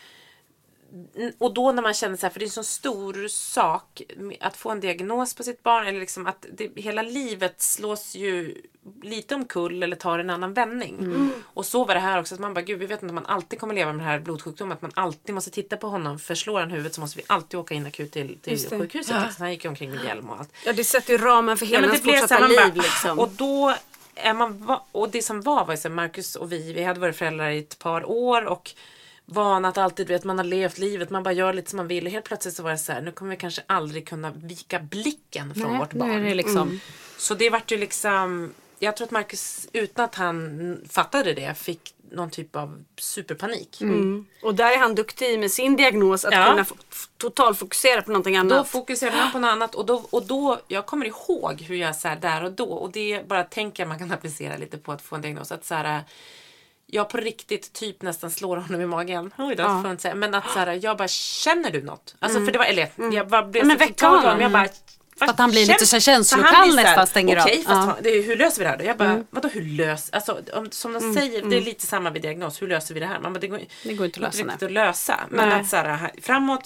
och då när man känner så här, för det är en så stor sak att få en diagnos på sitt barn, eller liksom att hela livet slås ju lite omkull eller tar en annan vändning. Och så var det här också, att man bara, gud, vi vet inte om man alltid kommer leva med den här blodsjukdomen, att man alltid måste titta på honom, för slår han huvudet så måste vi alltid åka in akut till sjukhuset. Ja. Så han gick omkring med hjälm och allt. Ja, det sätter ju ramen för hela hans fortsatta liv liksom. Och då och det som var så Marcus och vi hade varit föräldrar i ett par år och van att alltid, vet, man har levt livet, man bara gör lite som man vill, och helt plötsligt så var det så här, nu kommer vi kanske aldrig kunna vika blicken från vårt barn. Nu är det liksom. Så det vart ju liksom, jag tror att Marcus, utan att han fattade det, fick någon typ av superpanik. Och där är han duktig med sin diagnos att kunna totalfokusera på någonting annat. Då fokuserade han på något annat, och då jag kommer ihåg hur jag så här där och då, och det bara tänker man kan applicera lite på att få en diagnos, att så här, jag på riktigt typ nästan slår honom i magen. Men att så här, jag bara, känner du något? Alltså för det var, eller jag bara blev så väcka honom. Jag bara, för att han blir lite så känslokall nästan, stänger av. Okej, fast hur löser vi det här då? Jag bara, vadå hur löser? Alltså som de säger, det är lite samma vid diagnos. Hur löser vi det här? Man bara, det går inte att lösa. Men att så här, framåt,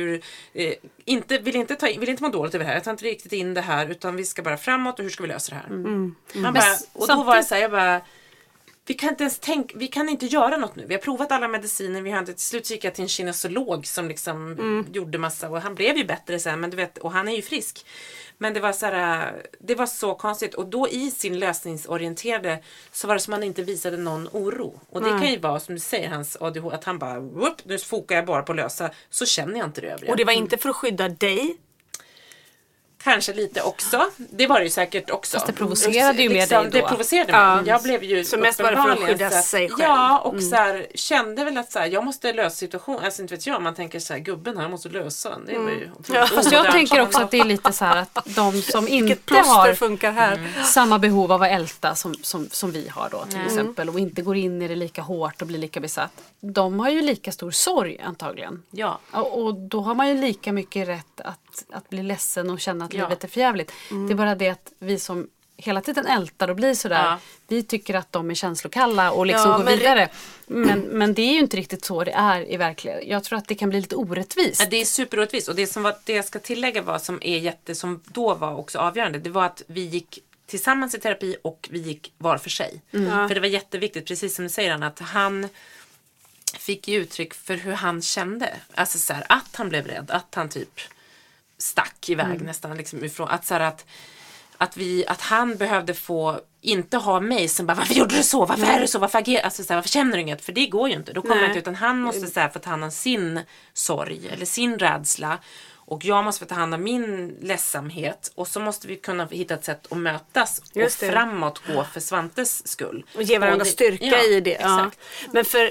vill inte må dåligt över det här. Jag tar inte riktigt in det här, utan vi ska bara framåt, och hur ska vi lösa det här? Man bara, och då var jag så här, jag bara, vi kan inte ens vi kan inte göra något nu. Vi har provat alla mediciner. Vi har inte, till slut gick jag till en kinesolog som liksom gjorde massa, och han blev ju bättre sen, men du vet, och han är ju frisk. Men det var så här, det var så konstigt, och då i sin lösningsorienterade så var det som att han inte visade någon oro. Och det kan ju vara, som du säger, hans ADHD, att han bara, nu fokar jag bara på att lösa, så känner jag inte det övriga. Och det var inte för att skydda dig? Kanske lite också. Det var det ju säkert också. Fast det provocerade ju med dig då. Det provocerade mig. Jag blev ju så mest var det för att skydda sig själv. Ja, och så här, kände väl att så här, jag måste lösa situationen. Alltså inte vet jag, man tänker så här, gubben här måste lösa. Det var ju fast jag tänker också att det är lite så här att de som inte har funkar här. Samma behov av att älta som vi har då till exempel, och inte går in i det lika hårt och blir lika besatt. De har ju lika stor sorg antagligen. Ja. Och då har man ju lika mycket rätt att bli ledsen och känna att livet är förjävligt. Det är bara det att vi som hela tiden ältar och blir sådär, vi tycker att de är känslokalla och liksom går vidare. Men det är ju inte riktigt så det är i verkligheten. Jag tror att det kan bli lite orättvist. Ja, det är superorättvist, och det jag ska tillägga var som då var också avgörande, det var att vi gick tillsammans i terapi och vi gick var för sig. För det var jätteviktigt, precis som du säger, att han fick ge uttryck för hur han kände. Alltså så här, att han blev rädd, att han typ stack iväg nästan liksom ifrån, att så här, att han behövde få inte ha mig som bara, varför gjorde du så? Varför är du så? Varför agerar? Alltså så här, varför känner du inget? För det går ju inte. Då kommer inte, utan han måste säga, för att han har sin sorg eller sin rädsla. Och jag måste få ta hand om min ledsamhet. Och så måste vi kunna hitta ett sätt att mötas och framåt gå för Svantes skull. Och ge varandra styrka i det. Exakt. Ja. Men för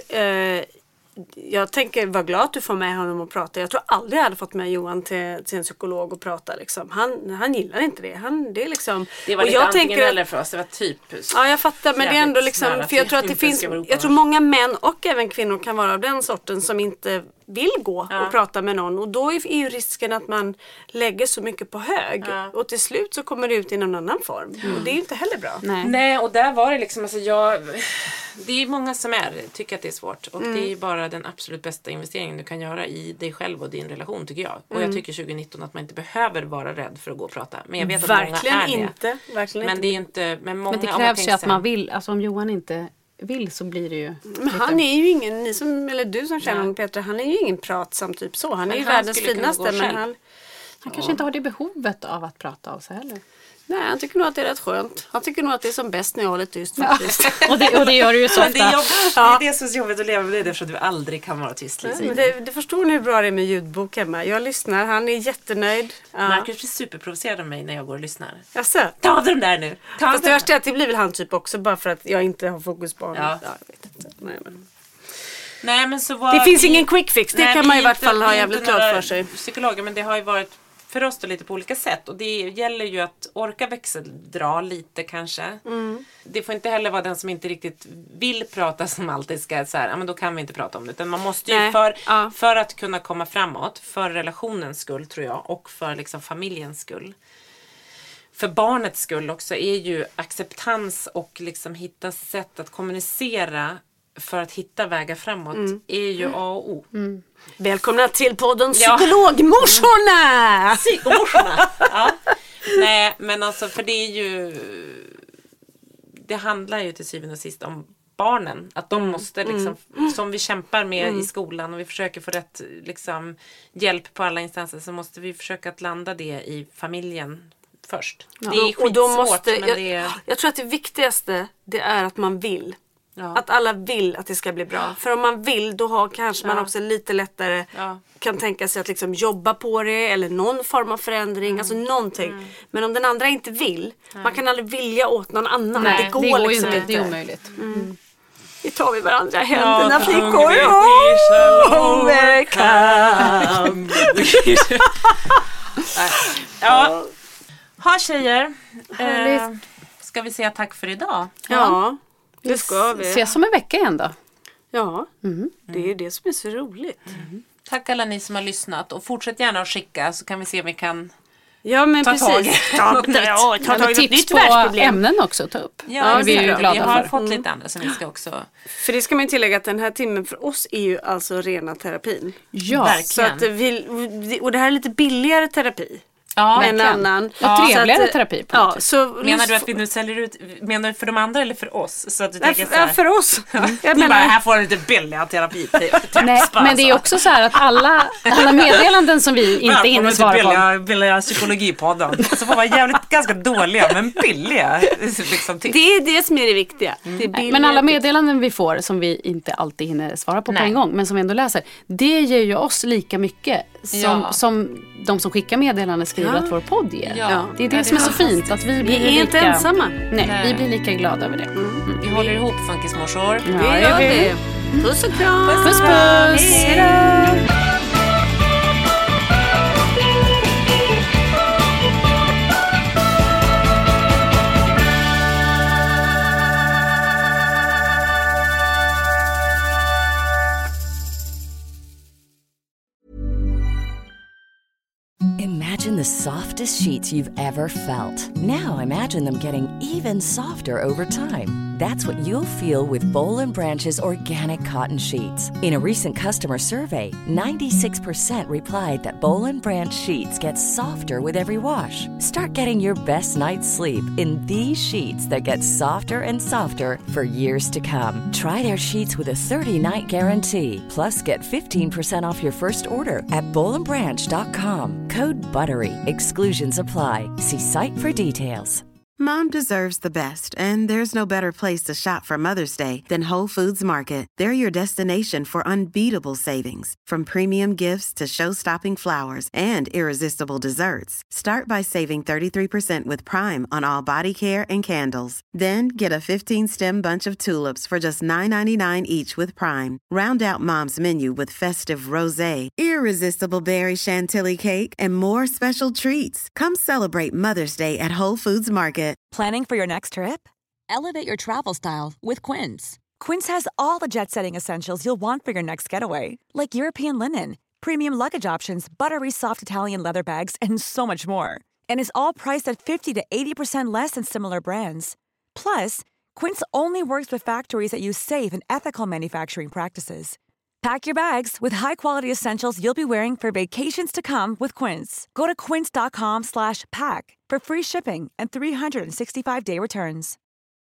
jag tänker vara glad att du får med honom och prata. Jag tror aldrig jag hade fått med Johan till en psykolog och prata. Liksom. Han gillar inte det. Det är liksom... Det var lite antingen eller för oss. Det var typ... Ja, jag fattar. Men det är ändå liksom... För jag tror att det finns... Jag tror många män och även kvinnor kan vara av den sorten som inte vill gå och prata med någon. Och då är ju risken att man lägger så mycket på hög. Ja. Och till slut så kommer det ut i någon annan form. Och det är ju inte heller bra. Nej, och där var det liksom... Alltså det är många som tycker att det är svårt. Och det är bara den absolut bästa investeringen du kan göra i dig själv och din relation, tycker jag. Och jag tycker 2019 att man inte behöver vara rädd för att gå och prata. Men jag vet att verkligen många är inte. Verkligen men det är ju inte... Men det krävs ju att man vill. Alltså om Johan inte vill så blir det ju... Men han är ju ingen... Eller du som känner honom, Petra, han är ju ingen pratsam typ så. Han är ju världens finaste. Men han kanske inte har det behovet av att prata av sig heller. Nej, han tycker nog att det är rätt skönt. Han tycker nog att det är som bäst när jag håller tyst faktiskt. och det gör du ju så ofta. Det är det som är så jobbigt att leva med det, eftersom du aldrig kan vara tyst. Men det förstår ni hur bra det är med ljudbok hemma. Jag lyssnar, han är jättenöjd. Marcus blir superprovocerad av mig när jag går och lyssnar. Jaså? Ta den där nu! Fast det värsta är att det blir väl han typ också, bara för att jag inte har fokus på honom. Ja. Jag vet inte. Nej, men så det finns ingen quick fix, det kan man i vart fall ha jävligt klart för sig. Psykologer, men det har ju varit för oss då lite på olika sätt. Och det gäller ju att orka växeldra lite kanske. Det får inte heller vara den som inte riktigt vill prata som alltid ska så här, men då kan vi inte prata om det. Utan man måste ju för att kunna komma framåt, för relationens skull tror jag, och för liksom familjens skull. För barnets skull också är ju acceptans och liksom hitta sätt att kommunicera för att hitta vägar framåt är ju A och O. Välkomna till podden Psykologmorsorna! Psykologmorsorna! Ja. Nej, men alltså för det är ju... Det handlar ju till syvende och sist om barnen. Att de måste liksom... Som vi kämpar med i skolan och vi försöker få rätt liksom, hjälp på alla instanser, så måste vi försöka att landa det i familjen först. Ja. Det är skitsvårt, men det är... Jag tror att det viktigaste det är att man vill. Ja. Att alla vill att det ska bli bra. Ja. För om man vill, då kanske man också lite lättare kan tänka sig att liksom jobba på det. Eller någon form av förändring. Alltså någonting. Men om den andra inte vill. Man kan aldrig vilja åt någon annan. Nej, det går liksom inte. inte. Det är omöjligt. Vi tar vi varandra i händerna, flickor. Ha tjejer. Ska vi säga tack för idag? Ja. Det ska vi. Ses om en vecka igen då. Ja, det är ju det som är så roligt. Tack alla ni som har lyssnat. Och fortsätt gärna att skicka, så kan vi se om vi kan ta precis. Ta tips på ämnen också att ta upp. Ja, vi är ju glada vi har fått lite andra som vi ska också... För det ska man ju tillägga att den här timmen för oss är ju alltså rena terapin. Ja, verkligen. Så att och det här är lite billigare terapi. Ja, med en annan. Och trevligare terapi på ja, så menar du att vi nu säljer ut, menar du för de andra eller för oss? Så att du tänker så här, för oss. Jag menar, här får du lite billiga terapi. Nej, men det är också så här att alla meddelanden som vi inte hinner svara på. Billiga psykologipodden. Så får vara jävligt ganska dåliga, men billiga. Liksom det är det som är det viktiga. Det är men alla meddelanden vi får som vi inte alltid hinner svara på en gång, men som vi ändå läser, det ger ju oss lika mycket som de som skickar meddelanden skriver att vår podd ger. Ja. Det är det som är så fint. Att vi blir inte ensamma. Nej, vi blir lika glada över det. Vi håller ihop, funkismorsor. Det gör vi. Puss och kram. Puss, puss. Hej då. Imagine the softest sheets you've ever felt. Now imagine them getting even softer over time. That's what you'll feel with Boll & Branch's organic cotton sheets. In a recent customer survey, 96% replied that Boll & Branch sheets get softer with every wash. Start getting your best night's sleep in these sheets that get softer and softer for years to come. Try their sheets with a 30-night guarantee. Plus, get 15% off your first order at BollandBranch.com. Code BUTTERY. Exclusions apply. See site for details. Mom deserves the best, and there's no better place to shop for Mother's Day than Whole Foods Market. They're your destination for unbeatable savings, from premium gifts to show-stopping flowers and irresistible desserts. Start by saving 33% with Prime on all body care and candles. Then get a 15-stem bunch of tulips for just $9.99 each with Prime. Round out Mom's menu with festive rosé, irresistible berry chantilly cake, and more special treats. Come celebrate Mother's Day at Whole Foods Market. Planning for your next trip? Elevate your travel style with Quince. Quince has all the jet-setting essentials you'll want for your next getaway, like European linen, premium luggage options, buttery soft Italian leather bags, and so much more. And is all priced at 50 to 80% less than similar brands. Plus, Quince only works with factories that use safe and ethical manufacturing practices. Pack your bags with high-quality essentials you'll be wearing for vacations to come with Quince. Go to quince.com/pack for free shipping and 365-day returns.